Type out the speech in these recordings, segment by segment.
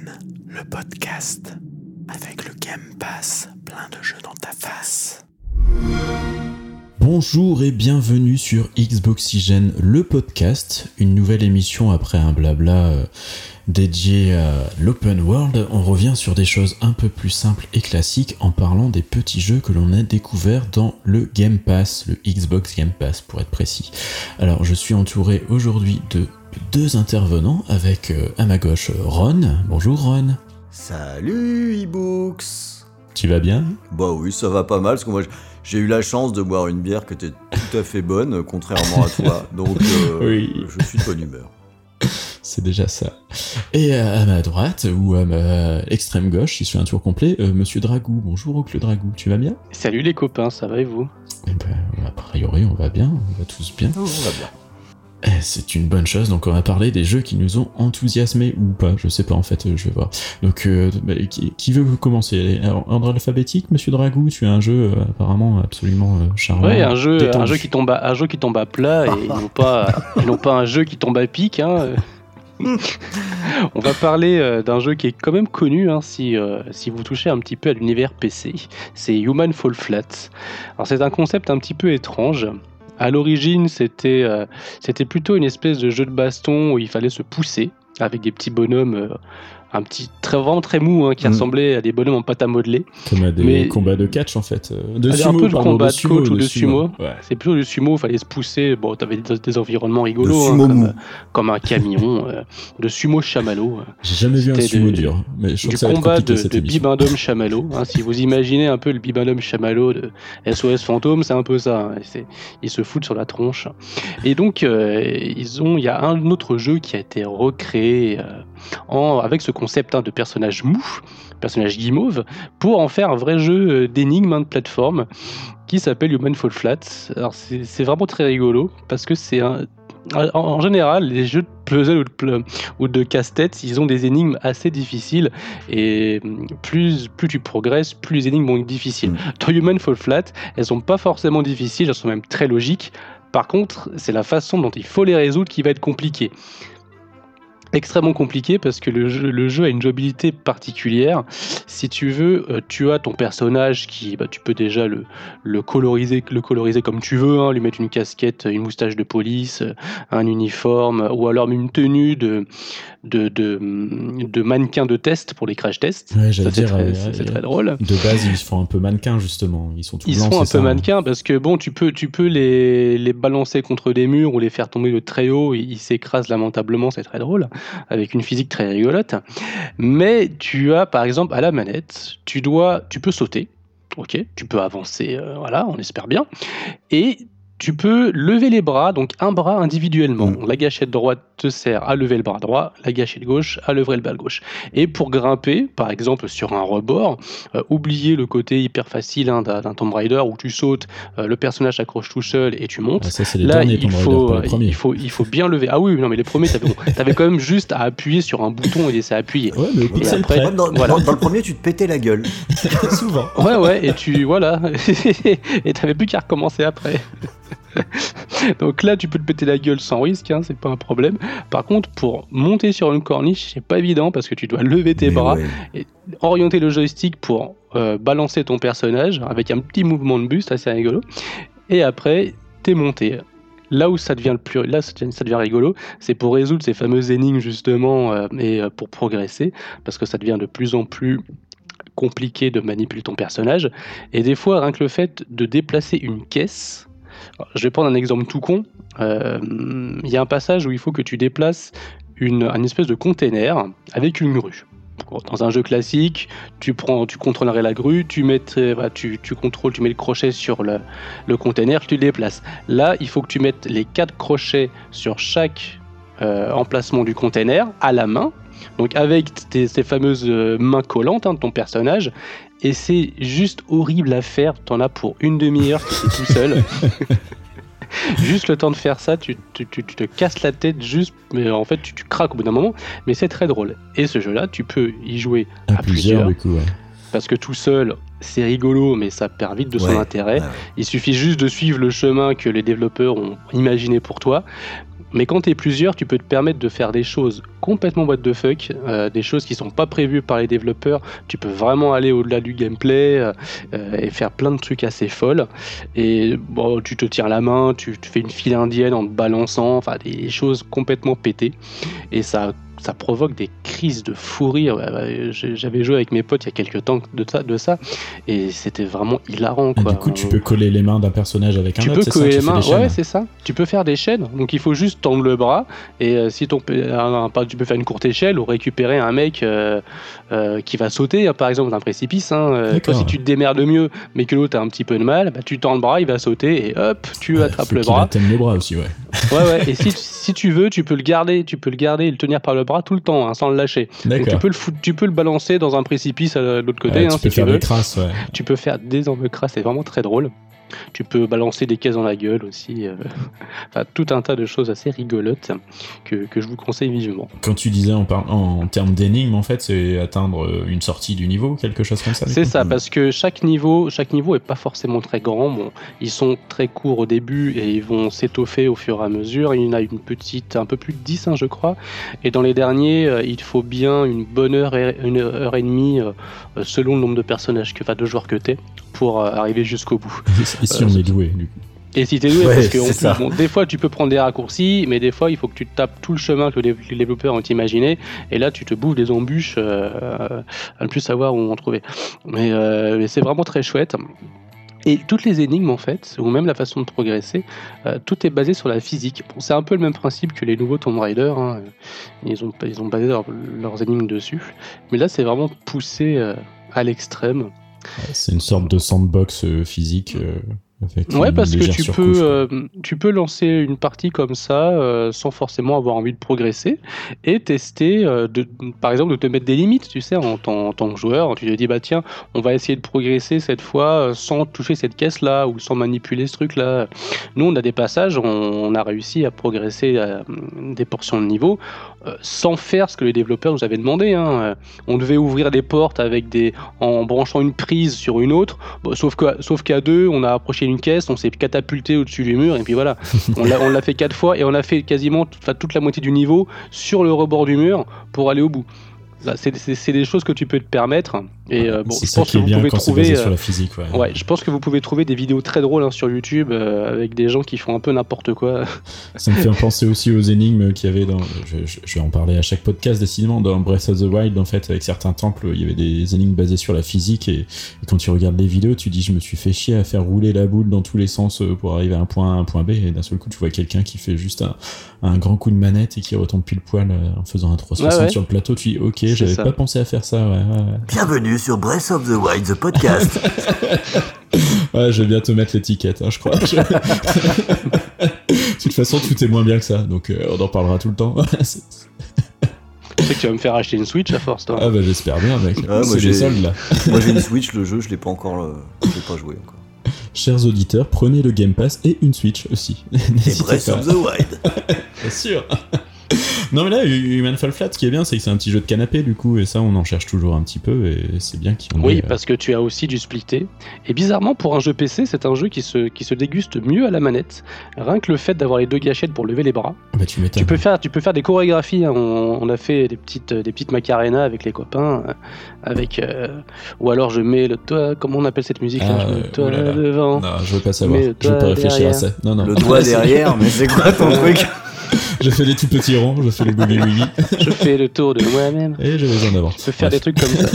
Oxygène, le podcast avec le Game Pass, plein de jeux dans ta face. Bonjour et bienvenue sur Xboxygène, le podcast, une nouvelle émission après un blabla dédié à l'open world. On revient sur des choses un peu plus simples et classiques en parlant des petits jeux que l'on a découverts dans le Game Pass, le Xbox Game Pass pour être précis. Alors je suis entouré aujourd'hui de deux intervenants avec à ma gauche Ron. Bonjour Ron. Salut eBooks. Tu vas bien ? Bah oui, ça va pas mal parce que moi j'ai eu la chance de boire une bière qui était tout à fait bonne, contrairement à toi, donc oui. Je suis de bonne humeur. C'est déjà ça. Et à ma droite, ou à ma extrême gauche, si je fais un tour complet, Monsieur Dragou. Bonjour Oncle Dragou, tu vas bien ? Salut les copains, ça va et vous ? A priori, on va bien, on va tous bien. On va bien. C'est une bonne chose, donc on va parler des jeux qui nous ont enthousiasmés ou pas, je sais pas en fait, je vais voir. Donc, qui veut commencer ? Ordre alphabétique, Monsieur Dragou, tu as un jeu apparemment absolument charmant. Ouais, un jeu qui tombe à plat et non pas un jeu qui tombe à pic. Hein. On va parler d'un jeu qui est quand même connu, hein, si vous touchez un petit peu à l'univers PC. C'est Human Fall Flat. Alors c'est un concept un petit peu étrange. À l'origine, c'était plutôt une espèce de jeu de baston où il fallait se pousser avec des petits bonhommes vraiment très mous, hein, qui ressemblaient à des bonhommes en pâte à modeler. Comme à des combats de catch en fait. De sumo, un peu de combat de coach ou de sumo. Ouais. C'est plutôt du sumo, il fallait se pousser. Bon, t'avais des environnements rigolos, comme un camion, de sumo chamallow. J'ai jamais vu un sumo dur, mais je trouve du que ça va être combat compliqué, de Bibendum chamallow. Hein, si vous imaginez un peu le Bibendum chamallow de SOS Fantôme, c'est un peu ça. Hein, ils se foutent sur la tronche. Et donc, il y a un autre jeu qui a été recréé avec ce concept de personnage mou, personnage guimauve, pour en faire un vrai jeu d'énigmes de plateforme qui s'appelle Human Fall Flat. Alors c'est vraiment très rigolo parce que en général, les jeux de puzzle ou de casse-tête, ils ont des énigmes assez difficiles et plus tu progresses, plus les énigmes vont être difficiles. Dans Human Fall Flat, elles sont pas forcément difficiles, elles sont même très logiques. Par contre, c'est la façon dont il faut les résoudre qui va être compliquée. Extrêmement compliqué parce que le jeu a une jouabilité particulière. Si tu veux, tu as ton personnage qui, tu peux déjà le coloriser comme tu veux, hein, lui mettre une casquette, une moustache de police, un uniforme, ou alors une tenue de mannequin de test pour les crash tests. Ouais, c'est très drôle. De base, ils font un peu mannequin justement. Ils sont tout blancs. Ils sont un peu mannequins parce que bon, tu peux les balancer contre des murs ou les faire tomber de très haut. Ils s'écrasent lamentablement, c'est très drôle, avec une physique très rigolote. Mais tu as par exemple à la manette, tu peux sauter. Ok, tu peux avancer, voilà, on espère bien. Et tu peux lever les bras, donc un bras individuellement. La gâchette droite te sert à lever le bras droit, la gâchette gauche à lever le bras gauche. Et pour grimper, par exemple sur un rebord, oubliez le côté hyper facile d'un Tomb Raider où tu sautes, le personnage s'accroche tout seul et tu montes. Ah, ça, c'est les derniers Tomb Raider, il faut bien lever. Ah oui, non mais les premiers, t'avais quand même juste à appuyer sur un bouton et laisser appuyer. Ouais, mais et après, dans le premier, tu te pétais la gueule. Souvent. Ouais, et et t'avais plus qu'à recommencer après. Donc là, tu peux te péter la gueule sans risque, hein, c'est pas un problème. Par contre, pour monter sur une corniche, c'est pas évident parce que tu dois lever tes bras et orienter le joystick pour balancer ton personnage avec un petit mouvement de buste assez rigolo. Et après, t'es monté. Là où ça devient ça devient rigolo, c'est pour résoudre ces fameuses énigmes justement et pour progresser, parce que ça devient de plus en plus compliqué de manipuler ton personnage. Et des fois, rien que le fait de déplacer une caisse. Je vais prendre un exemple tout con. Il y a un passage où il faut que tu déplaces un espèce de container avec une grue. Dans un jeu classique, tu contrôlerais la grue, tu mets le crochet sur le container, tu le déplaces. Là, il faut que tu mettes les 4 crochets sur chaque emplacement du container à la main, donc avec ces fameuses mains collantes de ton personnage. Et c'est juste horrible à faire. T'en as pour une demi-heure si t'es tout seul. Juste le temps de faire ça, tu te casses la tête juste, mais en fait tu craques au bout d'un moment. Mais c'est très drôle. Et ce jeu-là, tu peux y jouer à plusieurs. Du coup, ouais. Parce que tout seul, c'est rigolo, mais ça perd vite de son intérêt. Il suffit juste de suivre le chemin que les développeurs ont imaginé pour toi. Mais quand t'es plusieurs, tu peux te permettre de faire des choses complètement what the fuck, des choses qui sont pas prévues par les développeurs. Tu peux vraiment aller au-delà du gameplay et faire plein de trucs assez folles. Et bon, tu te tiens la main, tu fais une file indienne en te balançant, enfin des choses complètement pétées. Et ça provoque des crises de fou rire. J'avais joué avec mes potes il y a quelques temps de ça et c'était vraiment hilarant, quoi. Du coup, tu peux coller les mains d'un personnage avec un tu autre, peux coller les mains, ouais, c'est ça. Tu peux faire des chaînes, donc il faut juste tendre le bras et si tu peux faire une courte échelle ou récupérer un mec qui va sauter, par exemple, d'un précipice. Toi, si tu te démerdes mieux, mais que l'autre a un petit peu de mal, bah, tu tends le bras, il va sauter et hop, tu attrapes le bras. T'aimes le bras aussi, ouais. Ouais. Et si tu veux, tu peux le garder et le tenir par le bras tout le temps, sans le lâcher. Donc tu peux le balancer dans un précipice de l'autre côté. Tu peux faire des crasses, ouais. Tu peux faire d'énormes crasses, c'est vraiment très drôle. Tu peux balancer des caisses dans la gueule aussi. Enfin, tout un tas de choses assez rigolotes que je vous conseille vivement. Quand tu disais en termes d'énigmes, en fait, c'est atteindre une sortie du niveau, quelque chose comme ça. C'est ça, parce que chaque niveau est pas forcément très grand. Bon, ils sont très courts au début et ils vont s'étoffer au fur et à mesure. Il y en a un peu plus de 10, je crois. Et dans les derniers, il faut bien une bonne heure et demie selon le nombre de personnages, de joueurs que t'es, pour arriver jusqu'au bout. Et si on est doué, du coup. Et si t'es doué, parce que des fois tu peux prendre des raccourcis, mais des fois il faut que tu tapes tout le chemin que les développeurs ont imaginé, et là tu te bouffes des embûches à ne plus savoir où en trouver. Mais c'est vraiment très chouette. Et toutes les énigmes, en fait, ou même la façon de progresser, tout est basé sur la physique. Bon, c'est un peu le même principe que les nouveaux Tomb Raider, ils ont basé leurs énigmes dessus, mais là c'est vraiment poussé à l'extrême. C'est une sorte de sandbox physique. Ouais, parce que tu peux lancer une partie comme ça sans forcément avoir envie de progresser et tester, par exemple, de te mettre des limites, tu sais, en tant que joueur. Tu te dis, bah tiens, on va essayer de progresser cette fois sans toucher cette caisse-là ou sans manipuler ce truc-là. Nous, on a des passages, on a réussi à progresser des portions de niveau sans faire ce que les développeurs nous avaient demandé. On devait ouvrir des portes en branchant une prise sur une autre, sauf qu'à deux, on a approché une caisse, on s'est catapulté au-dessus du mur et puis voilà. On l'a fait 4 fois et on a fait quasiment toute la moitié du niveau sur le rebord du mur pour aller au bout. Là, c'est des choses que tu peux te permettre. Et je pense que vous pouvez trouver sur la physique, ouais, je pense que vous pouvez trouver des vidéos très drôles sur YouTube avec des gens qui font un peu n'importe quoi. Ça me fait penser aussi aux énigmes qu'il y avait je vais en parler à chaque podcast décidément, dans Breath of the Wild, en fait, avec certains temples, il y avait des énigmes basées sur la physique et quand tu regardes les vidéos, tu dis je me suis fait chier à faire rouler la boule dans tous les sens pour arriver à un point A, un point B, et d'un seul coup tu vois quelqu'un qui fait juste un grand coup de manette et qui retombe pile poil en faisant un 360 sur le plateau. Tu dis ok, j'avais pas pensé à faire ça. Ouais. Bienvenue sur Breath of the Wild, the podcast. Ouais, je vais bientôt mettre l'étiquette, je crois. De toute façon, tout est moins bien que ça, donc on en parlera tout le temps. Tu sais que tu vas me faire acheter une Switch à force, toi. Ah bah j'espère bien, mec. C'est les soldes, là. Moi j'ai une Switch, le jeu, je l'ai pas encore, je l'ai pas joué encore. Chers auditeurs, prenez le Game Pass et une Switch aussi. Et Breath of the Wild. Bien sûr. Non mais là, Human Fall Flat, ce qui est bien, c'est que c'est un petit jeu de canapé du coup, et ça on en cherche toujours un petit peu, et c'est bien qu'il y en ait. Oui, parce que tu as aussi du splitté. Et bizarrement, pour un jeu PC, c'est un jeu qui se déguste mieux à la manette. Rien que le fait d'avoir les 2 gâchettes pour lever les bras. Bah tu m'étonnes. Tu peux faire des chorégraphies. On a fait des petites macarenas avec les copains, ou alors je mets le toit. Comment on appelle cette musique là? Je mets le toit devant. Non, je veux pas savoir. Je veux pas réfléchir derrière. à ça. Non. Le doigt derrière, mais c'est quoi ton truc? Je fais des tout petits ronds, je fais le boogie woogie. Je fais le tour de moi-même. Et je vais en avant. Je peux faire des trucs comme ça.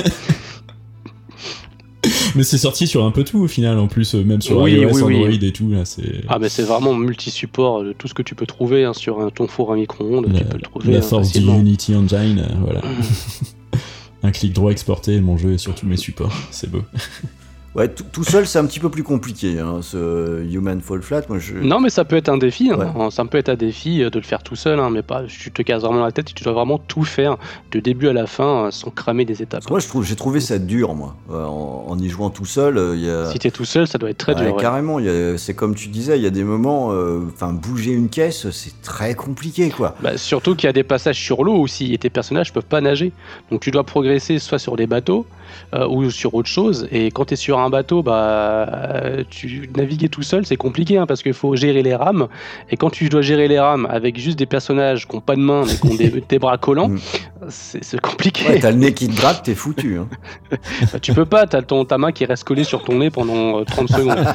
Mais c'est sorti sur un peu tout au final, en plus, même sur iOS, Android et tout. Là, Ah, mais c'est vraiment multi-support, tout ce que tu peux trouver sur ton four à micro-ondes, tu peux le trouver. La force du Unity Engine, voilà. Un clic droit exporté, mon jeu est sur tous mes supports, c'est beau. Ouais, tout seul, c'est un petit peu plus compliqué, ce Human Fall Flat. Non, mais ça peut être un défi. Ouais. Ça peut être un défi de le faire tout seul, mais pas. Tu te casses vraiment la tête et tu dois vraiment tout faire de début à la fin sans cramer des étapes. Moi, j'ai trouvé ça dur, moi. En y jouant tout seul, Si t'es tout seul, ça doit être très dur. Carrément, c'est comme tu disais, il y a des moments, bouger une caisse, c'est très compliqué, quoi. Bah, surtout qu'il y a des passages sur l'eau aussi, et tes personnages peuvent pas nager. Donc tu dois progresser soit sur des bateaux ou sur autre chose, et quand t'es sur un bateau, naviguer tout seul, c'est compliqué, hein, parce qu'il faut gérer les rames. Et quand tu dois gérer les rames avec juste des personnages qui n'ont pas de main, mais qui ont des bras collants, c'est compliqué. Ouais, t'as le nez qui te gratte, t'es foutu. Hein. Tu peux pas, t'as ta main qui reste collée sur ton nez pendant 30 secondes.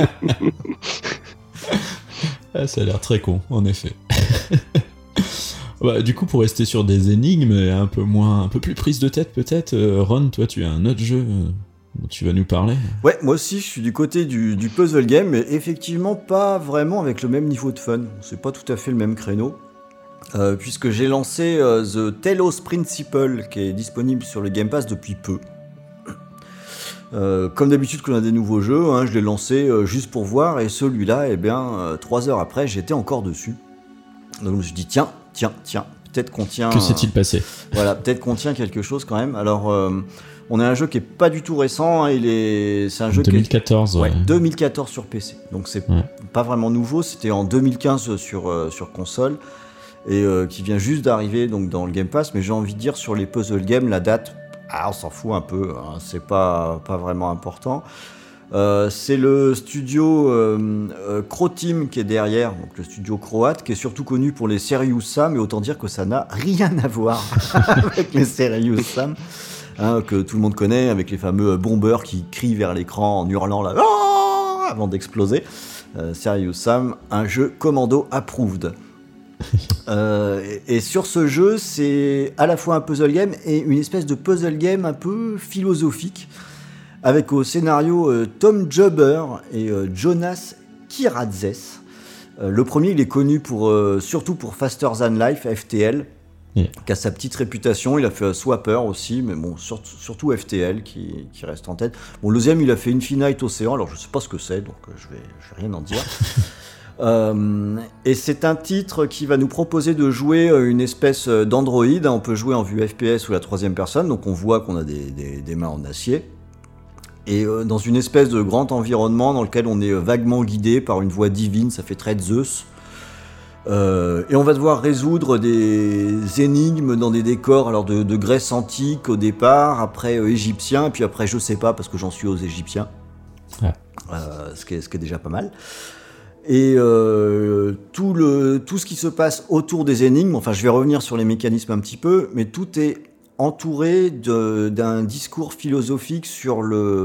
Ah, ça a l'air très con, en effet. Du coup, pour rester sur des énigmes un peu plus prise de tête peut-être, Ron, toi tu as un autre jeu dont tu vas nous parler. Ouais, moi aussi je suis du côté du puzzle game, mais effectivement pas vraiment avec le même niveau de fun. C'est pas tout à fait le même créneau. Puisque j'ai lancé The Telos Principle, qui est disponible sur le Game Pass depuis peu. Comme d'habitude quand on a des nouveaux jeux, hein, je l'ai lancé juste pour voir, et celui-là, 3 heures après, j'étais encore dessus. Donc je me suis dit, tiens, peut-être qu'on tient... Que s'est-il passé ? Voilà, peut-être qu'on tient quelque chose quand même. Alors, on a un jeu qui est pas du tout récent, hein, c'est un jeu 2014, qui est... 2014 sur PC, donc c'est pas vraiment nouveau, c'était en 2015 sur console, et qui vient juste d'arriver donc, dans le Game Pass, mais j'ai envie de dire, sur les puzzle games, la date, on s'en fout un peu, hein, c'est pas vraiment important. C'est le studio Croteam qui est derrière, donc le studio croate, qui est surtout connu pour les Serious Sam, et autant dire que ça n'a rien à voir avec les Serious Sam, hein, que tout le monde connaît, avec les fameux bombeurs qui crient vers l'écran en hurlant là, avant d'exploser. Serious Sam, un jeu commando approved. Et sur ce jeu, c'est à la fois un puzzle game et une espèce de puzzle game un peu philosophique, avec au scénario Tom Jobber et Jonas Kiradzes. Le premier, il est connu surtout pour Faster Than Life, FTL, qui a sa petite réputation. Il a fait Swapper aussi, mais bon, surtout FTL qui reste en tête. Bon, le deuxième, il a fait Infinite Ocean, alors je sais pas ce que c'est, donc je vais rien en dire. Et c'est un titre qui va nous proposer de jouer une espèce d'androïde. On peut jouer en vue FPS ou la troisième personne, donc on voit qu'on a des mains en acier. Et dans une espèce de grand environnement dans lequel on est vaguement guidé par une voix divine, ça fait très Zeus. Et on va devoir résoudre des énigmes dans des décors alors de Grèce antique au départ, après égyptien, et puis après je sais pas parce que j'en suis aux égyptiens, ce qui est déjà pas mal. Et tout ce qui se passe autour des énigmes, enfin je vais revenir sur les mécanismes un petit peu, mais tout est entouré d'un discours philosophique sur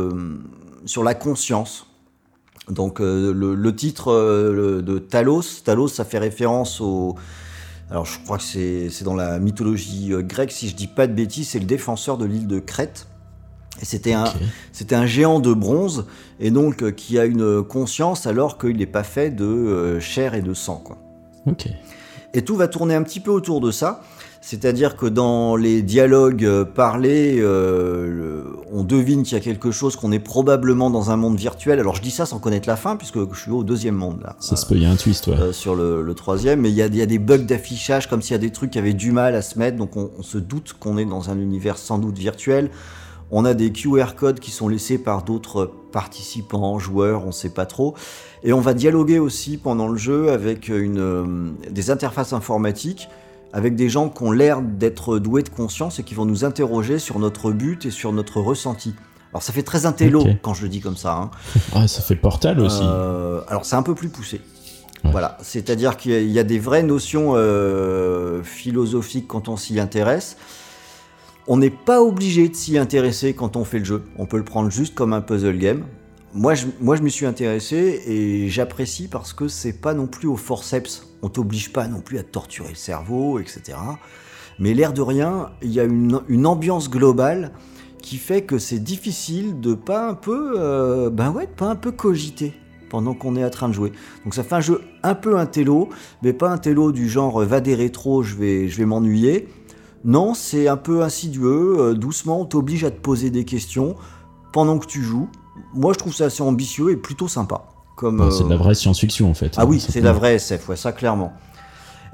la conscience. Donc le titre de Talos, ça fait référence alors je crois que c'est dans la mythologie grecque, si je dis pas de bêtises, c'est le défenseur de l'île de Crète. Et c'était un géant de bronze, et donc qui a une conscience alors qu'il n'est pas fait de chair et de sang, quoi. Ok. Et tout va tourner un petit peu autour de ça. C'est-à-dire que dans les dialogues parlés, on devine qu'il y a quelque chose, qu'on est probablement dans un monde virtuel. Alors je dis ça sans connaître la fin, puisque je suis au deuxième monde là. Ça se peut, il y a un twist, ouais. Sur le troisième, mais il y a des bugs d'affichage, comme s'il y a des trucs qui avaient du mal à se mettre, donc on se doute qu'on est dans un univers sans doute virtuel. On a des QR codes qui sont laissés par d'autres participants, joueurs, on ne sait pas trop. Et on va dialoguer aussi pendant le jeu avec des interfaces informatiques, avec des gens qui ont l'air d'être doués de conscience et qui vont nous interroger sur notre but et sur notre ressenti. Alors ça fait très intello quand je le dis comme ça. Hein. Ah, ça fait Portal aussi. Alors c'est un peu plus poussé. Ouais. Voilà, c'est-à-dire qu'il y a des vraies notions philosophiques quand on s'y intéresse. On n'est pas obligé de s'y intéresser quand on fait le jeu. On peut le prendre juste comme un puzzle game. Moi, je m'y suis intéressé et j'apprécie parce que c'est pas non plus au forceps. On t'oblige pas non plus à torturer le cerveau, etc. Mais l'air de rien, il y a une ambiance globale qui fait que c'est difficile de pas un peu, pas un peu cogiter pendant qu'on est en train de jouer. Donc ça fait un jeu un peu intello, mais pas intello du genre va des rétros, je vais m'ennuyer. Non, c'est un peu insidieux, doucement, on t'oblige à te poser des questions pendant que tu joues. Moi, je trouve ça assez ambitieux et plutôt sympa. C'est de la vraie science-fiction, en fait. Ah oui, c'est de la vraie SF, ouais, ça, clairement.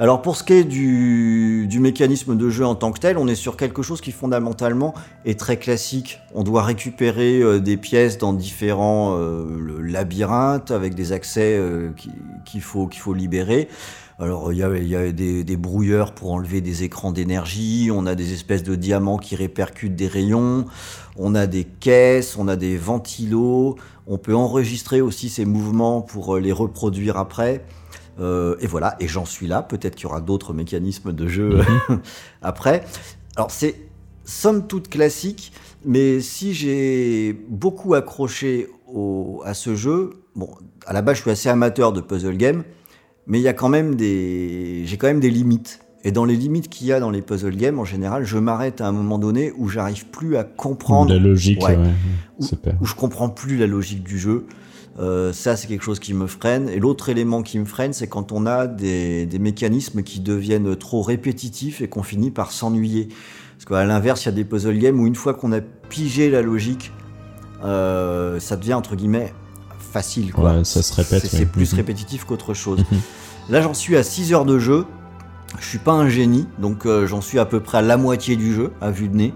Alors pour ce qui est du mécanisme de jeu en tant que tel, on est sur quelque chose qui fondamentalement est très classique. On doit récupérer des pièces dans différents labyrinthes avec des accès qu'il faut libérer. Alors il y a des brouilleurs pour enlever des écrans d'énergie, on a des espèces de diamants qui répercutent des rayons, on a des caisses, on a des ventilos, on peut enregistrer aussi ces mouvements pour les reproduire après. Et voilà, et j'en suis là, peut-être qu'il y aura d'autres mécanismes de jeu après. Alors c'est somme toute classique, mais si j'ai beaucoup accroché à ce jeu, bon, à la base je suis assez amateur de puzzle game, mais j'ai quand même des limites. Et dans les limites qu'il y a dans les puzzle games, en général, je m'arrête à un moment donné où j'arrive plus à comprendre la logique, où je comprends plus la logique du jeu. Ça, c'est quelque chose qui me freine. Et l'autre élément qui me freine, c'est quand on a des mécanismes qui deviennent trop répétitifs et qu'on finit par s'ennuyer. Parce qu'à l'inverse, il y a des puzzle games où une fois qu'on a pigé la logique, ça devient entre guillemets facile, quoi. Ouais, ça se répète. C'est plus répétitif qu'autre chose. Là, j'en suis à 6 heures de jeu. Je suis pas un génie, donc j'en suis à peu près à la moitié du jeu, à vue de nez.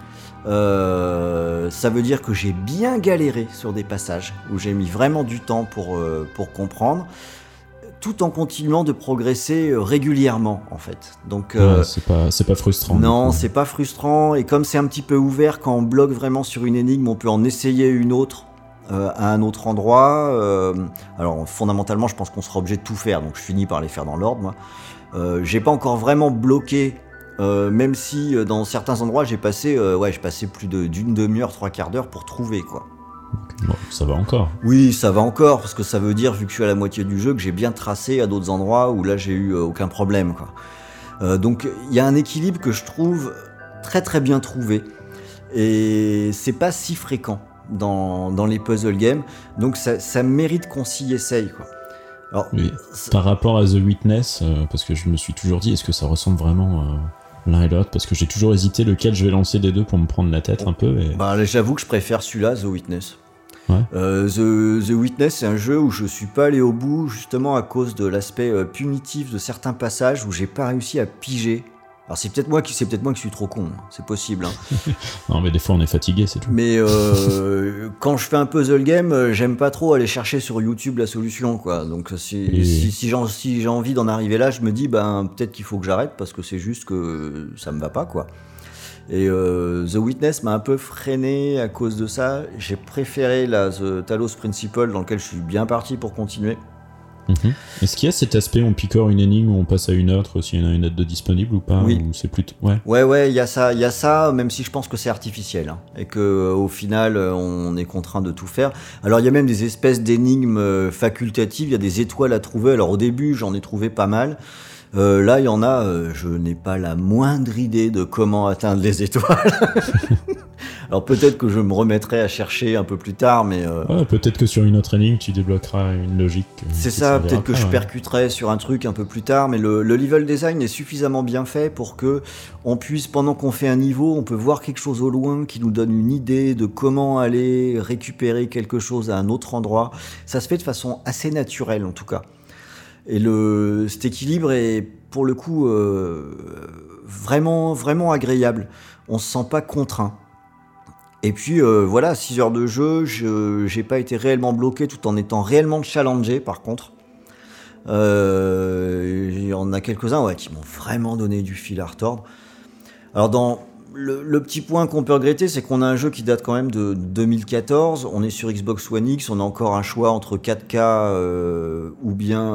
Ça veut dire que j'ai bien galéré sur des passages où j'ai mis vraiment du temps pour comprendre, tout en continuant de progresser régulièrement, en fait. Donc c'est pas frustrant. Non, c'est pas frustrant, et comme c'est un petit peu ouvert, quand on bloque vraiment sur une énigme, on peut en essayer une autre à un autre endroit. Alors fondamentalement, je pense qu'on sera obligé de tout faire, donc je finis par les faire dans l'ordre, moi. J'ai pas encore vraiment bloqué, même si dans certains endroits j'ai passé plus d'une demi-heure, 3/4 d'heure pour trouver, quoi. Bon, ça va encore. Oui, ça va encore, parce que ça veut dire, vu que je suis à la moitié du jeu, que j'ai bien tracé à d'autres endroits où là j'ai eu aucun problème, quoi. Donc il y a un équilibre que je trouve très très bien trouvé, et c'est pas si fréquent dans les puzzle games, donc ça mérite qu'on s'y essaye, quoi. Alors, oui. Par rapport à The Witness, parce que je me suis toujours dit, est-ce que ça ressemble vraiment l'un et l'autre, parce que j'ai toujours hésité lequel je vais lancer des deux pour me prendre la tête un peu. Et... Bah, j'avoue que je préfère celui-là, The Witness. Ouais. The Witness, c'est un jeu où je suis pas allé au bout, justement à cause de l'aspect punitif de certains passages où j'ai pas réussi à piger. Alors c'est peut-être moi qui suis trop con, c'est possible, hein. Non, mais des fois on est fatigué, c'est tout. Mais quand je fais un puzzle game, j'aime pas trop aller chercher sur YouTube la solution, quoi. Donc si j'ai envie d'en arriver là, je me dis peut-être qu'il faut que j'arrête, parce que c'est juste que ça me va pas, quoi. Et The Witness m'a un peu freiné à cause de ça. J'ai préféré The Talos Principle, dans lequel je suis bien parti pour continuer. Est-ce qu'il y a cet aspect, on picore une énigme ou on passe à une autre, s'il y en a une autre de disponible ou pas? Oui. Ou c'est plutôt... Ouais, il y a ça, même si je pense que c'est artificiel, hein, et que au final on est contraint de tout faire. Alors il y a même des espèces d'énigmes facultatives, il y a des étoiles à trouver. Alors au début j'en ai trouvé pas mal. Là il y en a, je n'ai pas la moindre idée de comment atteindre les étoiles. Alors peut-être que je me remettrai à chercher un peu plus tard, mais... peut-être que sur une autre énigme, tu débloqueras une logique. C'est ça, peut-être que je percuterai sur un truc un peu plus tard, mais le level design est suffisamment bien fait pour que on puisse, pendant qu'on fait un niveau, on peut voir quelque chose au loin qui nous donne une idée de comment aller récupérer quelque chose à un autre endroit. Ça se fait de façon assez naturelle, en tout cas. Et cet équilibre est, pour le coup, vraiment, vraiment agréable. On se sent pas contraint. Et puis voilà, 6 heures de jeu, j'ai pas été réellement bloqué tout en étant réellement challengé, par contre. Il y en a quelques-uns qui m'ont vraiment donné du fil à retordre. Alors dans le petit point qu'on peut regretter, c'est qu'on a un jeu qui date quand même de 2014, on est sur Xbox One X, on a encore un choix entre 4K ou bien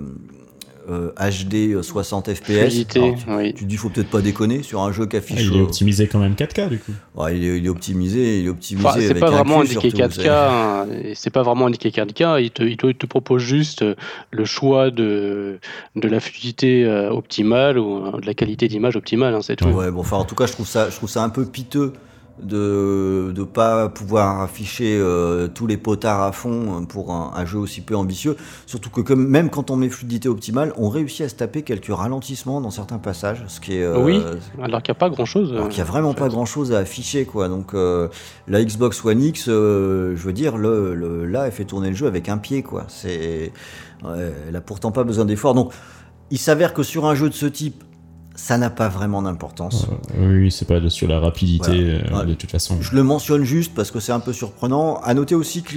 HD 60 FPS. Fluidité, oui. Tu te dis, faut peut-être pas déconner sur un jeu qui affiche. Il est optimisé quand même 4K du coup. Ouais, il est optimisé Enfin, c'est avec pas vraiment un cul, indiqué surtout, 4K. Hein, c'est pas vraiment indiqué 4K. Il te propose juste le choix de la fluidité optimale ou de la qualité d'image optimale. Hein, c'est tout. Ouais, bon, enfin, en tout cas, je trouve ça un peu piteux de pas pouvoir afficher tous les potards à fond pour un jeu aussi peu ambitieux, surtout que même quand on met fluidité optimale, on réussit à se taper quelques ralentissements dans certains passages, ce qui est oui, alors qu'il n'y a pas grand chose. Alors qu'il y a vraiment pas grand chose à afficher, quoi. Donc la Xbox One X, je veux dire, là elle fait tourner le jeu avec un pied, quoi. Elle a pourtant pas besoin d'efforts. Donc il s'avère que sur un jeu de ce type, ça n'a pas vraiment d'importance. Oui, c'est pas sur la rapidité, Voilà. de toute façon. Je le mentionne juste parce que c'est un peu surprenant. À noter aussi que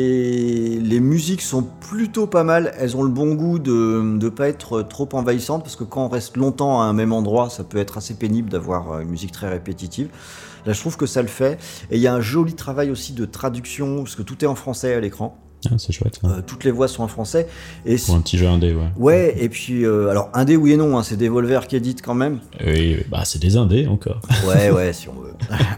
les musiques sont plutôt pas mal. Elles ont le bon goût de ne pas être trop envahissantes, parce que quand on reste longtemps à un même endroit, ça peut être assez pénible d'avoir une musique très répétitive. Là, je trouve que ça le fait. Et il y a un joli travail aussi de traduction, parce que tout est en français à l'écran. Ah, c'est chouette. Toutes les voix sont en français. Et Pour un petit jeu indé, ouais. ouais, et puis, alors, indé oui et non, hein, c'est Devolver qui édite quand même. Oui, bah c'est des indés encore. Ouais, si on veut.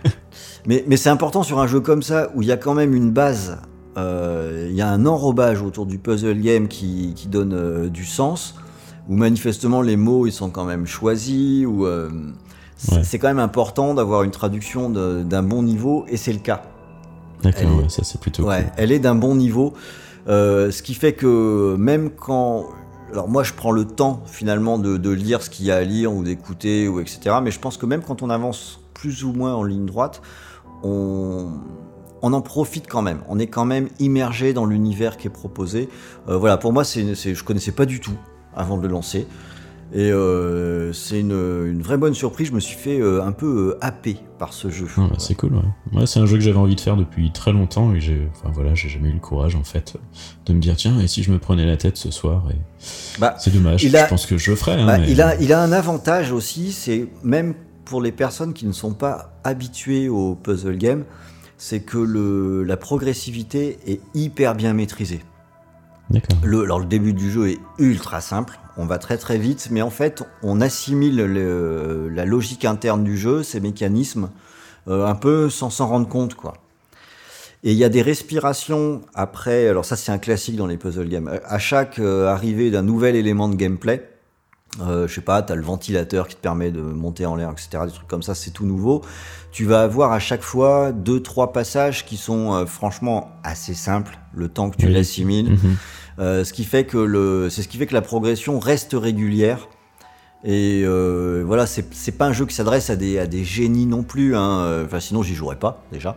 mais c'est important sur un jeu comme ça, où il y a quand même une base, il y a un enrobage autour du puzzle game qui donne du sens, où manifestement les mots ils sont quand même choisis, où c'est quand même important d'avoir une traduction d'un bon niveau, et c'est le cas. D'accord, ouais, ça c'est plutôt cool. Elle est d'un bon niveau, ce qui fait que même quand... Alors moi je prends le temps finalement de lire ce qu'il y a à lire, ou d'écouter, ou etc. Mais je pense que même quand on avance plus ou moins en ligne droite, on en profite quand même. On est quand même immergé dans l'univers qui est proposé. Voilà, pour moi je connaissais pas du tout avant de le lancer. Et c'est une vraie bonne surprise. Je me suis fait un peu happer par ce jeu. Ah, bah, c'est cool, ouais. Ouais, c'est un jeu que j'avais envie de faire depuis très longtemps, et j'ai jamais eu le courage en fait de me dire tiens, et si je me prenais la tête ce soir, et c'est dommage. Je pense que je le ferais. Mais... il a un avantage aussi, c'est même pour les personnes qui ne sont pas habituées au puzzle game, c'est que la progressivité est hyper bien maîtrisée. D'accord. Alors le début du jeu est ultra simple, on va très très vite, mais en fait on assimile la logique interne du jeu, ses mécanismes, un peu sans s'en rendre compte, quoi. Et il y a des respirations après, alors ça c'est un classique dans les puzzle games, à chaque arrivée d'un nouvel élément de gameplay, je sais pas, t'as le ventilateur qui te permet de monter en l'air, etc., des trucs comme ça, c'est tout nouveau. Tu vas avoir à chaque fois 2-3 passages qui sont franchement assez simples, le temps que tu l'assimiles. Ce qui fait que c'est ce qui fait que la progression reste régulière. Et voilà, c'est pas un jeu qui s'adresse à des génies non plus, hein. Enfin, sinon j'y jouerais pas déjà.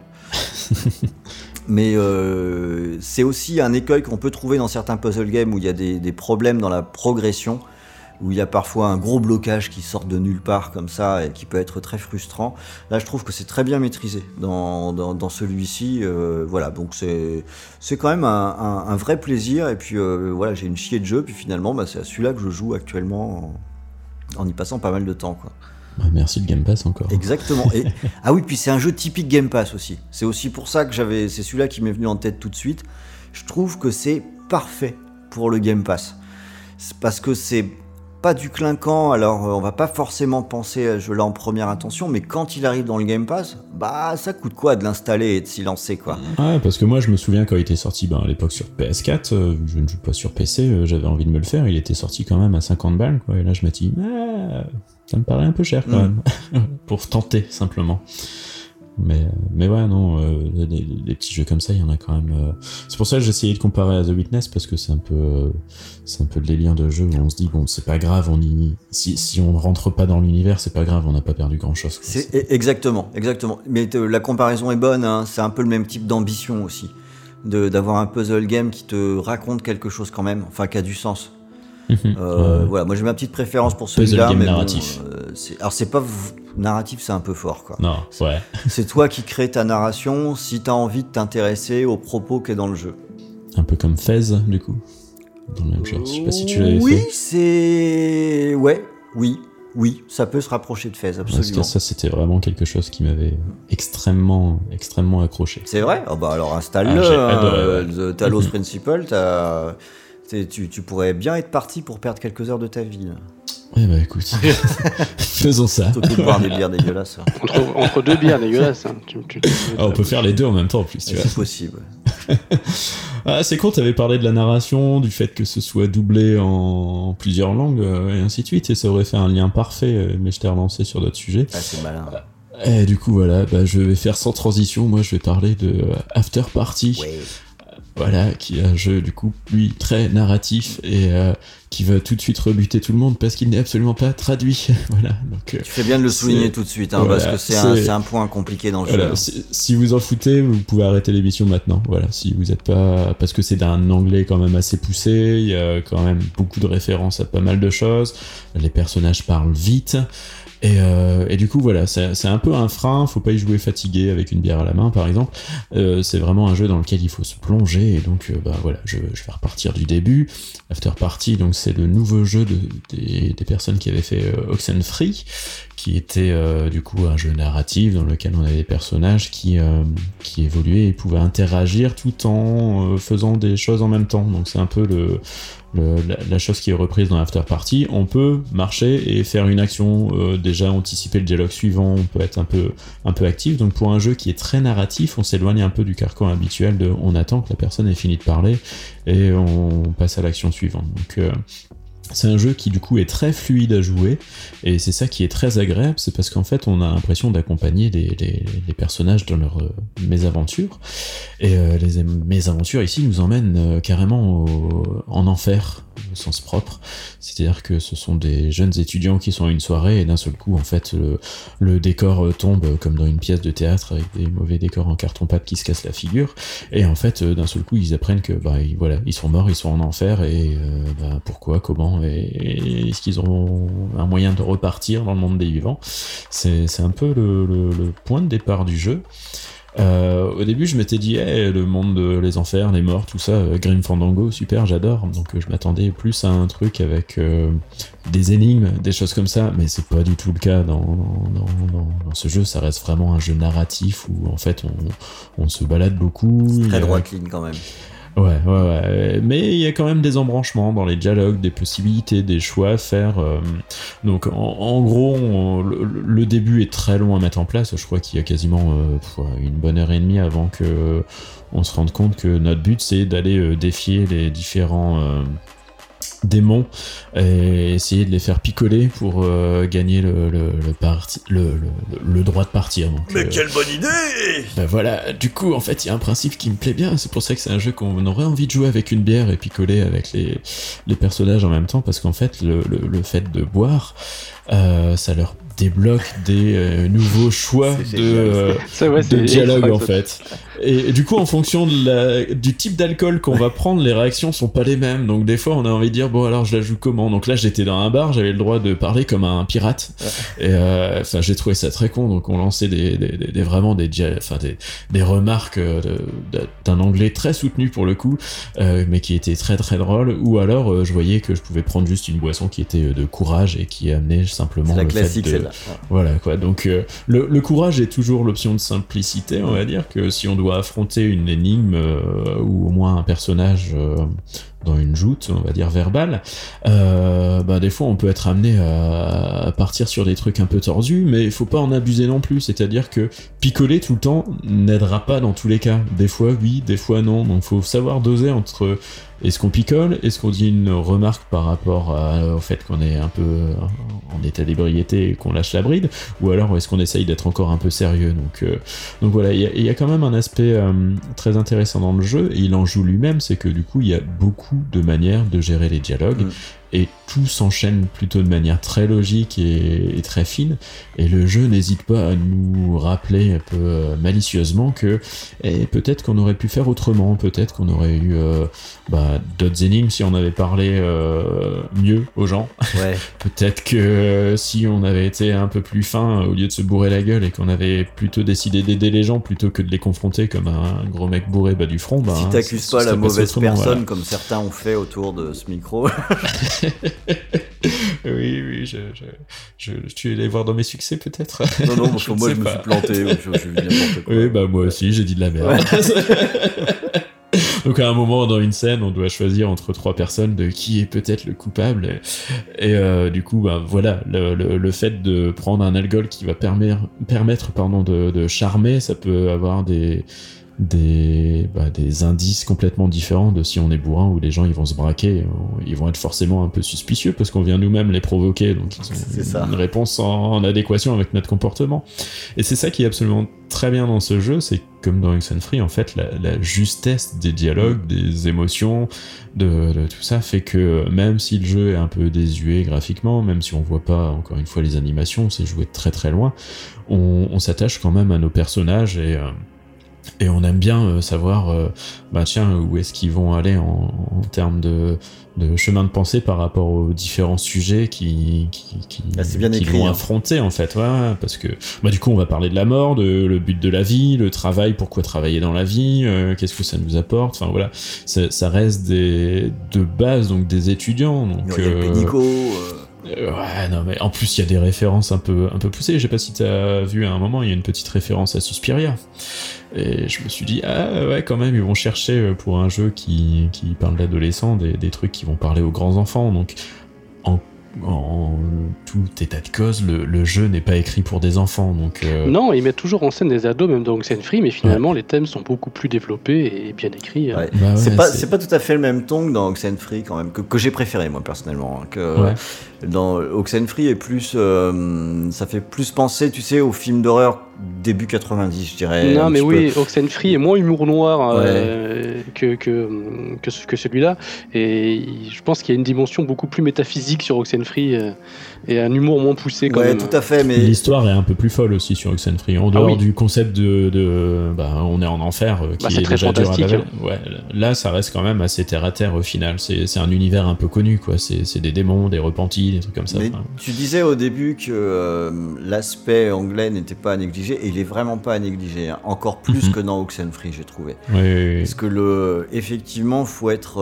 Mais c'est aussi un écueil qu'on peut trouver dans certains puzzle games où il y a des problèmes dans la progression, où il y a parfois un gros blocage qui sort de nulle part comme ça et qui peut être très frustrant. Là, je trouve que c'est très bien maîtrisé dans celui-ci. Voilà, donc c'est quand même un vrai plaisir. Et puis voilà, j'ai une chier de jeu. Puis finalement, c'est à celui-là que je joue actuellement en y passant pas mal de temps, quoi. Merci le Game Pass encore. Exactement. Et, ah oui, puis c'est un jeu typique Game Pass aussi. C'est aussi pour ça que c'est celui-là qui m'est venu en tête tout de suite. Je trouve que c'est parfait pour le Game Pass. C'est parce que c'est pas du clinquant, alors on va pas forcément penser à ce jeu-là en première intention, mais quand il arrive dans le Game Pass, ça coûte quoi de l'installer et de s'y lancer, quoi. Ouais, parce que moi je me souviens quand il était sorti à l'époque sur PS4, je ne joue pas sur PC, j'avais envie de me le faire, il était sorti quand même à 50 balles, quoi, et là je me dis, ça me paraît un peu cher quand même, pour tenter simplement. Mais ouais, non, des petits jeux comme ça, il y en a quand même. C'est pour ça que j'ai essayé de comparer à The Witness, parce que c'est un peu le délire de jeu où on se dit bon, c'est pas grave, si on ne rentre pas dans l'univers, c'est pas grave, on n'a pas perdu grand chose. Exactement. Mais la comparaison est bonne, hein, c'est un peu le même type d'ambition aussi, d'avoir un puzzle game qui te raconte quelque chose quand même, enfin qui a du sens. Voilà, moi j'ai ma petite préférence pour celui-là, mais narratif. Alors c'est pas narratif, c'est un peu fort, quoi. Non, ouais. C'est toi qui crée ta narration si t'as envie de t'intéresser aux propos qu'il y a dans le jeu. Un peu comme Fez, du coup, dans le même genre. Je sais pas si tu l'avais fait. Oui, ça peut se rapprocher de Fez, absolument. Parce que ça, c'était vraiment quelque chose qui m'avait extrêmement accroché. C'est vrai ? Alors installe-le, j'ai adoré, ouais. Talos Principle, tu pourrais bien être parti pour perdre quelques heures de ta vie. Écoute, faisons ça. Plutôt que de boire des bières dégueulasses. Entre deux bières dégueulasses. Hein. On peut faire les deux en même temps en plus. C'est possible. C'est con, t'avais parlé de la narration, du fait que ce soit doublé en plusieurs langues, et ainsi de suite, et ça aurait fait un lien parfait, mais je t'ai relancé sur d'autres sujets. C'est malin. Et du coup, voilà, je vais faire sans transition. Moi, je vais parler de After Party. Ouais. Voilà, qui est un jeu du coup lui très narratif et qui va tout de suite rebuter tout le monde parce qu'il n'est absolument pas traduit. Voilà. Donc, tu fais bien de le souligner tout de suite, hein, voilà, parce que c'est un point compliqué dans le jeu. Si vous en foutez, vous pouvez arrêter l'émission maintenant. Voilà, si vous n'êtes pas, parce que c'est d'un anglais quand même assez poussé, il y a quand même beaucoup de références à pas mal de choses. Les personnages parlent vite. Et du coup voilà, c'est un peu un frein, faut pas y jouer fatigué avec une bière à la main par exemple. C'est vraiment un jeu dans lequel il faut se plonger, et donc voilà, je vais repartir du début. After Party, donc c'est le nouveau jeu des personnes qui avaient fait Oxenfree, qui était du coup un jeu narratif dans lequel on avait des personnages qui évoluaient et pouvaient interagir tout en faisant des choses en même temps. Donc c'est un peu la chose qui est reprise dans After Party. On peut marcher et faire une action, déjà anticiper le dialogue suivant, on peut être un peu actif. Donc pour un jeu qui est très narratif, on s'éloigne un peu du carcan habituel de on attend que la personne ait fini de parler et on passe à l'action suivante. Donc c'est un jeu qui du coup est très fluide à jouer, et c'est ça qui est très agréable, c'est parce qu'en fait on a l'impression d'accompagner les personnages dans leurs mésaventures, et les mésaventures ici nous emmènent carrément en enfer au sens propre, c'est-à-dire que ce sont des jeunes étudiants qui sont à une soirée et d'un seul coup en fait le décor tombe comme dans une pièce de théâtre avec des mauvais décors en carton-pâte qui se cassent la figure, et en fait d'un seul coup ils apprennent que voilà, ils sont morts, ils sont en enfer, et pourquoi, comment, et est-ce qu'ils auront un moyen de repartir dans le monde des vivants. C'est un peu le point de départ du jeu. Au début je m'étais dit le monde les enfers, les morts, tout ça, Grim Fandango, super, j'adore, donc je m'attendais plus à un truc avec des énigmes, des choses comme ça, mais c'est pas du tout le cas dans ce jeu. Ça reste vraiment un jeu narratif où en fait on se balade beaucoup. C'est très droite ligne quand même. Ouais, mais il y a quand même des embranchements dans les dialogues, des possibilités, des choix à faire. Donc en gros, le début est très long à mettre en place. Je crois qu'il y a quasiment une bonne heure et demie avant que on se rende compte que notre but c'est d'aller défier les différents démons et essayer de les faire picoler pour gagner le droit de partir. Donc, mais quelle bonne idée! Voilà, du coup en fait il y a un principe qui me plaît bien, c'est pour ça que c'est un jeu qu'on aurait envie de jouer avec une bière et picoler avec les personnages en même temps, parce qu'en fait le fait de boire ça leur débloque des nouveaux choix de dialogue en fait. Et du coup en fonction du type d'alcool qu'on va prendre, les réactions sont pas les mêmes, donc des fois on a envie de dire bon alors je la joue comment. Donc là j'étais dans un bar, j'avais le droit de parler comme un pirate, et enfin j'ai trouvé ça très con, donc on lançait vraiment des remarques d'un anglais très soutenu pour le coup, mais qui était très très drôle. Ou alors je voyais que je pouvais prendre juste une boisson qui était de courage et qui amenait simplement la classique, fait de... celle-là. Voilà quoi, donc le courage est toujours l'option de simplicité, on va dire, que si on doit affronter une énigme ou au moins un personnage dans une joute, on va dire verbale, des fois on peut être amené à partir sur des trucs un peu tordus, mais il faut pas en abuser non plus, c'est-à-dire que picoler tout le temps n'aidera pas dans tous les cas. Des fois oui, des fois non, donc faut savoir doser entre est-ce qu'on picole, est-ce qu'on dit une remarque par rapport au fait qu'on est un peu en état d'ébriété et qu'on lâche la bride, ou alors est-ce qu'on essaye d'être encore un peu sérieux. Donc voilà, il y a quand même un aspect très intéressant dans le jeu, et il en joue lui-même, c'est que du coup il y a beaucoup de manières de gérer les dialogues, et tout s'enchaîne plutôt de manière très logique et très fine, et le jeu n'hésite pas à nous rappeler un peu malicieusement que peut-être qu'on aurait pu faire autrement, peut-être qu'on aurait eu d'autres énigmes si on avait parlé mieux aux gens. Ouais. Peut-être que si on avait été un peu plus fin au lieu de se bourrer la gueule, et qu'on avait plutôt décidé d'aider les gens plutôt que de les confronter comme un gros mec bourré bas du front, si t'accuses pas la mauvaise personne, comme certains ont fait autour de ce micro. Oui, je suis allé voir dans mes succès peut-être. Non, moi je me suis planté, je dis n'importe quoi. Oui, moi aussi j'ai dit de la merde. Donc à un moment dans une scène, on doit choisir entre 3 personnes de qui est peut-être le coupable, et du coup voilà, le fait de prendre un alcool qui va permettre de charmer, ça peut avoir des des indices complètement différents de si on est bourrin ou les gens ils vont se braquer, ils vont être forcément un peu suspicieux parce qu'on vient nous-mêmes les provoquer, donc ils ont une réponse en adéquation avec notre comportement. Et c'est ça qui est absolument très bien dans ce jeu, c'est comme dans Oxenfree, en fait, la justesse des dialogues, des émotions, de tout ça fait que même si le jeu est un peu désuet graphiquement, même si on voit pas encore une fois les animations, c'est joué de très très loin, on s'attache quand même à nos personnages et on aime bien savoir où est-ce qu'ils vont aller en termes de chemin de pensée par rapport aux différents sujets qu'ils vont affronter en fait, parce que du coup on va parler de la mort, le but de la vie, le travail, pourquoi travailler dans la vie, qu'est-ce que ça nous apporte, enfin voilà, ça reste de base, donc des étudiants, donc il y a le pénico, ouais, non, mais en plus il y a des références un peu poussées. Je sais pas si t'as vu à un moment, il y a une petite référence à Suspiria. Et je me suis dit, quand même, ils vont chercher pour un jeu qui parle d'adolescents des trucs qui vont parler aux grands enfants. Donc, en tout état de cause, le jeu n'est pas écrit pour des enfants. Donc, Non, ils mettent toujours en scène des ados, même dans Oxenfree, mais finalement, les thèmes sont beaucoup plus développés et bien écrits. Ouais. C'est pas tout à fait le même ton que dans Oxenfree, quand même, que j'ai préféré, moi, personnellement. Dans Oxenfree, ça fait plus penser, tu sais, aux films d'horreur début 90, je dirais. Non, mais oui, Oxenfree est moins humour noir que celui-là. Et je pense qu'il y a une dimension beaucoup plus métaphysique sur Oxenfree et un humour moins poussé quand même. Ouais, tout à fait. Mais l'histoire est un peu plus folle aussi sur Oxenfree. En dehors du concept on est en enfer, qui est très déjà dur à fantastique. Ouais, là, ça reste quand même assez terre à terre au final. C'est un univers un peu connu, quoi. C'est des démons, des repentis, des trucs comme ça. Mais tu disais au début que l'aspect anglais n'était pas à négliger, et il est vraiment pas à négliger, hein. Encore plus que dans Oxenfree, j'ai trouvé. Oui. Parce que effectivement, faut être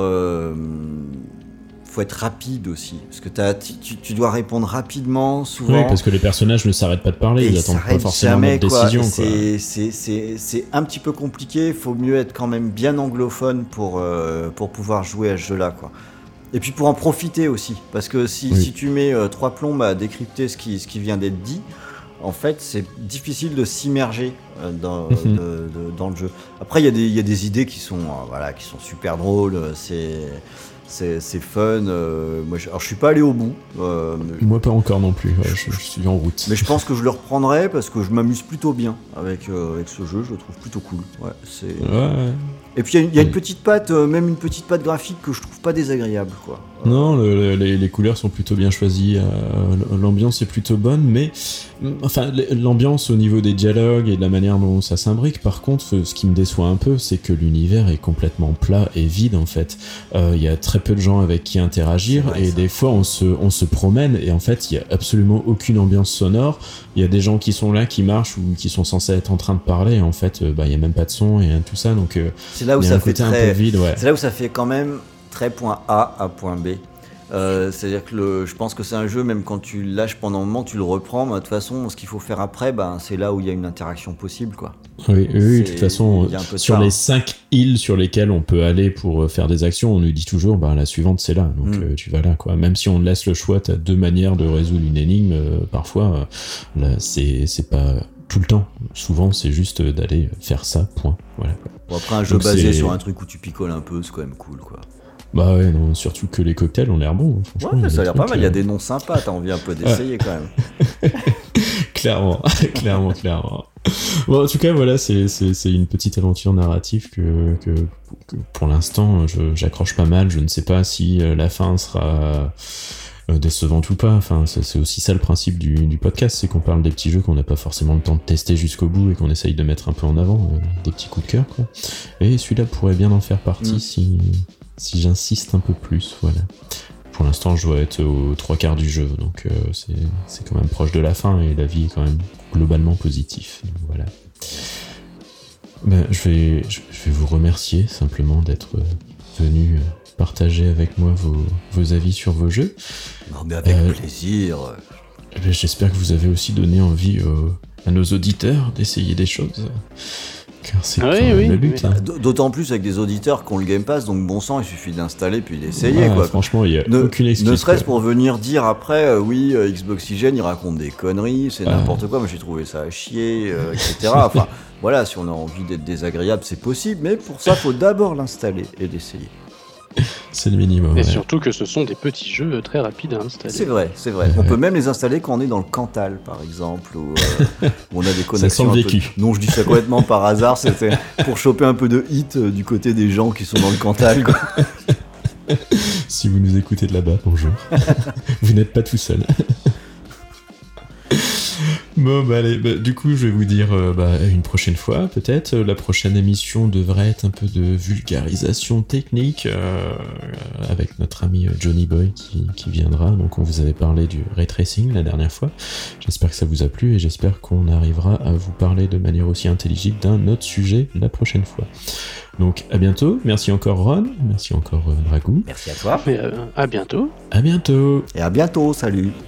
rapide aussi, parce que tu dois répondre rapidement, souvent. Oui, parce que les personnages ne s'arrêtent pas de parler, ils attendent pas forcément notre décision. C'est un petit peu compliqué, il faut mieux être quand même bien anglophone pour pouvoir jouer à ce jeu-là, quoi. Et puis pour en profiter aussi, parce que si tu mets 3 plombes à décrypter ce qui vient d'être dit, en fait, c'est difficile de s'immerger dans le jeu. Après, il y a des idées qui sont super drôles, c'est fun. Moi, alors, je suis pas allé au bout. Moi, pas encore non plus. Je suis en route. Mais je pense que je le reprendrai parce que je m'amuse plutôt bien avec ce jeu. Je le trouve plutôt cool. Et puis il y a une petite patte, même une petite patte graphique que je trouve pas désagréable, quoi. Non, les couleurs sont plutôt bien choisies, l'ambiance est plutôt bonne, mais enfin l'ambiance au niveau des dialogues et de la manière dont ça s'imbrique. Par contre, ce qui me déçoit un peu, c'est que l'univers est complètement plat et vide en fait. Il y a très peu de gens avec qui interagir, et des fois on se promène et en fait il y a absolument aucune ambiance sonore. Il y a des gens qui sont là, qui marchent ou qui sont censés être en train de parler, et en fait il y a même pas de son et tout ça, donc c'est là où ça fait un peu vide, c'est là où ça fait quand même très point A à point B. C'est-à-dire que je pense que c'est un jeu, même quand tu le lâches pendant un moment, tu le reprends, mais de toute façon, ce qu'il faut faire après, c'est là où il y a une interaction possible, quoi. Oui, de toute façon, sur les 5 îles sur lesquelles on peut aller pour faire des actions, on nous dit toujours, la suivante c'est là, donc tu vas là, quoi. Même si on te laisse le choix, t'as 2 manières de résoudre une énigme, parfois, là, c'est pas tout le temps. Souvent, c'est juste d'aller faire ça, point. Voilà, quoi. Bon, après, un jeu basé sur un truc où tu picoles un peu, c'est quand même cool, quoi. Bah ouais, non, surtout que les cocktails ont l'air bons. Ouais, ça a l'air pas mal, il y a des noms sympas, t'as envie un peu d'essayer quand même. Clairement. Bon, en tout cas, voilà, c'est une petite aventure narrative que pour l'instant, j'accroche pas mal. Je ne sais pas si la fin sera décevante ou pas. Enfin, c'est aussi ça le principe du podcast, c'est qu'on parle des petits jeux qu'on n'a pas forcément le temps de tester jusqu'au bout et qu'on essaye de mettre un peu en avant, des petits coups de cœur, quoi. Et celui-là pourrait bien en faire partie si j'insiste un peu plus, voilà. Pour l'instant, je dois être aux 3/4 du jeu, donc c'est quand même proche de la fin et la vie est quand même globalement positive. Voilà. Je vais vous remercier simplement d'être venu partager avec moi vos avis sur vos jeux. Non, mais avec plaisir. J'espère que vous avez aussi donné envie à nos auditeurs d'essayer des choses. Car c'est Oui, quand même oui, le but. oui. Hein. D'autant plus avec des auditeurs qui ont le Game Pass, donc bon sang, il suffit de l'installer puis d'essayer. Ouais, Quoi. franchement, il n'y a aucune excuse. Ne serait-ce quoi. pour venir dire après, oui, Xboxygène, il raconte des conneries, c'est n'importe quoi, moi j'ai trouvé ça à chier, etc. Enfin, voilà, si on a envie d'être désagréable, c'est possible, mais pour ça, il faut d'abord l'installer et l'essayer. C'est le minimum. Et ouais. surtout que ce sont des petits jeux très rapides à installer. C'est vrai, c'est vrai. On peut même les installer quand on est dans le Cantal, par exemple, où on a des connexions. sent le vécu. Non, je dis ça complètement par hasard, c'était pour choper un peu de hit du côté des gens qui sont dans le Cantal. Quoi. Si vous nous écoutez de là-bas, bonjour. Vous n'êtes pas tout seul. Bon, bah allez, du coup, je vais vous dire une prochaine fois, peut-être. La prochaine émission devrait être un peu de vulgarisation technique avec notre ami Johnny Boy qui viendra. Donc, on vous avait parlé du ray tracing la dernière fois. J'espère que ça vous a plu et j'espère qu'on arrivera à vous parler de manière aussi intelligible d'un autre sujet la prochaine fois. Donc, à bientôt. Merci encore, Ron. Merci encore, Dragou. Merci à toi. Mais à bientôt. À bientôt. Et à bientôt, salut.